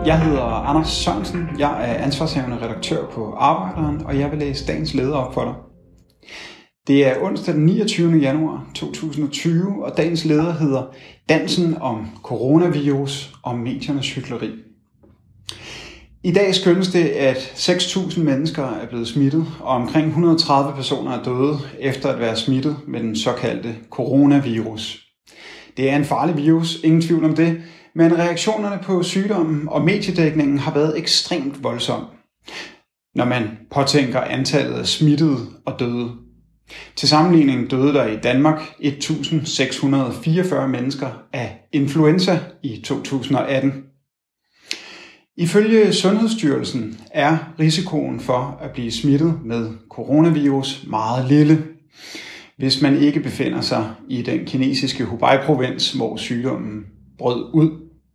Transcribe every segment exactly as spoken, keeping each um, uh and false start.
Jeg hedder Anders Sørensen, jeg er ansvarshavende redaktør på Arbejderen, og jeg vil læse dagens leder op for dig. Det er onsdag den niogtyvende januar to tusind og tyve, og dagens leder hedder Dansen om coronavirus og mediernes hykleri. I dag skønnes det, at seks tusind mennesker er blevet smittet, og omkring et hundrede og tredive personer er døde efter at være smittet med den såkaldte coronavirus. Det er en farlig virus, ingen tvivl om det, men reaktionerne på sygdommen og mediedækningen har været ekstremt voldsomme, når man påtænker antallet af smittede og døde. Til sammenligning døde der i Danmark et tusind seks hundrede og fireogfyrre mennesker af influenza i to tusind og atten. Ifølge Sundhedsstyrelsen er risikoen for at blive smittet med coronavirus meget lille, hvis man ikke befinder sig i den kinesiske Hubei-provins, hvor sygdommen brød ud.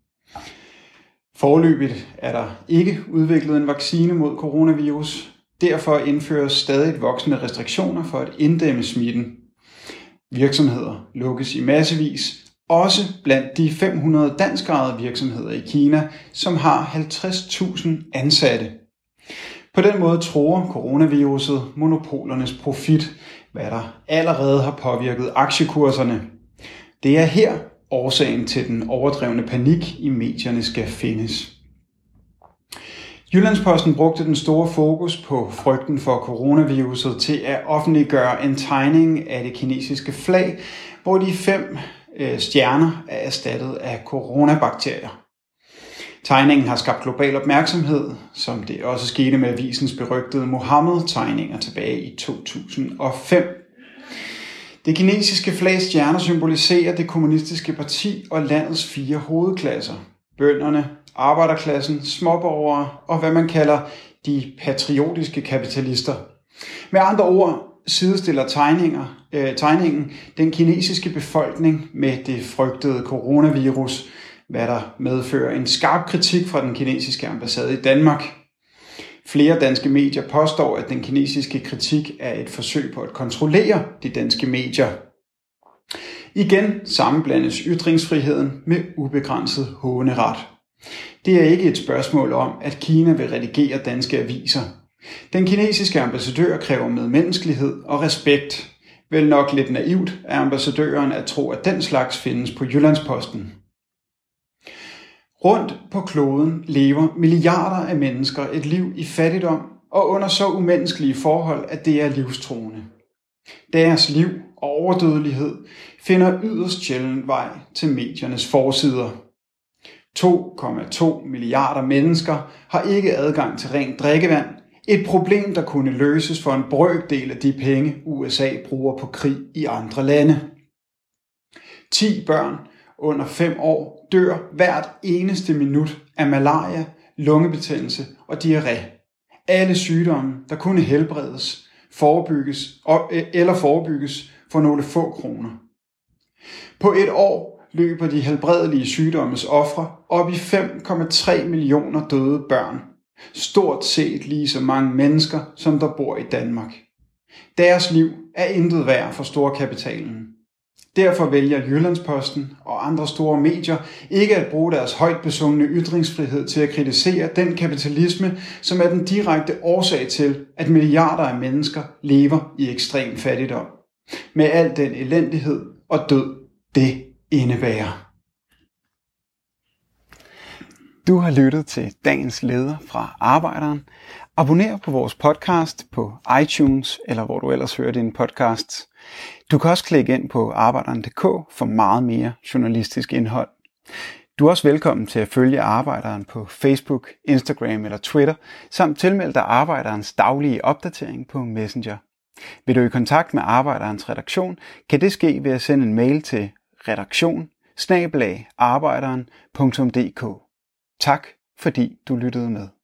Foreløbigt er der ikke udviklet en vaccine mod coronavirus. Derfor indføres stadig voksende restriktioner for at inddæmme smitten. Virksomheder lukkes i massevis, også blandt de fem hundrede danskejede virksomheder i Kina, som har halvtreds tusind ansatte. På den måde truer coronaviruset monopolernes profit, hvad der allerede har påvirket aktiekurserne. Det er her årsagen til den overdrevne panik i medierne skal findes. Jyllandsposten brugte den store fokus på frygten for coronaviruset til at offentliggøre en tegning af det kinesiske flag, hvor de fem øh, stjerner er erstattet af coronabakterier. Tegningen har skabt global opmærksomhed, som det også skete med avisens berygtede Mohammed-tegninger tilbage i to tusind og fem. Det kinesiske flags stjerner symboliserer det kommunistiske parti og landets fire hovedklasser: bønderne, arbejderklassen, småborgere og hvad man kalder de patriotiske kapitalister. Med andre ord sidestiller tegninger, øh, tegningen den kinesiske befolkning med det frygtede coronavirus, hvad der medfører en skarp kritik fra den kinesiske ambassade i Danmark. Flere danske medier påstår, at den kinesiske kritik er et forsøg på at kontrollere de danske medier. Igen sammenblandes ytringsfriheden med ubegrænset håneret. Det er ikke et spørgsmål om, at Kina vil redigere danske aviser. Den kinesiske ambassadør kræver medmenneskelighed og respekt. Vel nok lidt naivt af ambassadøren at tro, at den slags findes på Jyllandsposten. Rundt på kloden lever milliarder af mennesker et liv i fattigdom og under så umenneskelige forhold, at det er livstruende. Deres liv og overdødelighed finder yderst sjældent vej til mediernes forsider. to komma to milliarder mennesker har ikke adgang til rent drikkevand, et problem, der kunne løses for en brøkdel af de penge, U S A bruger på krig i andre lande. ti børn under fem år dør hvert eneste minut af malaria, lungebetændelse og diarré. Alle sygdomme, der kunne helbredes, forebygges og, eller forebygges for nogle få kroner. På et år løber de helbredelige sygdommes ofre op i fem komma tre millioner døde børn. Stort set lige så mange mennesker, som der bor i Danmark. Deres liv er intet værd for storkapitalen. Derfor vælger Jyllandsposten og andre store medier ikke at bruge deres højt besungne ytringsfrihed til at kritisere den kapitalisme, som er den direkte årsag til, at milliarder af mennesker lever i ekstrem fattigdom. Med al den elendighed og død, det indebærer. Du har lyttet til dagens leder fra Arbejderen. Abonner på vores podcast på iTunes, eller hvor du ellers hører dine podcasts. Du kan også klikke ind på arbejderen punktum d k for meget mere journalistisk indhold. Du er også velkommen til at følge Arbejderen på Facebook, Instagram eller Twitter, samt tilmelde dig Arbejderens daglige opdatering på Messenger. Vil du i kontakt med Arbejderens redaktion, kan det ske ved at sende en mail til redaktion bindestreg arbejderen punktum d k. Tak fordi du lyttede med.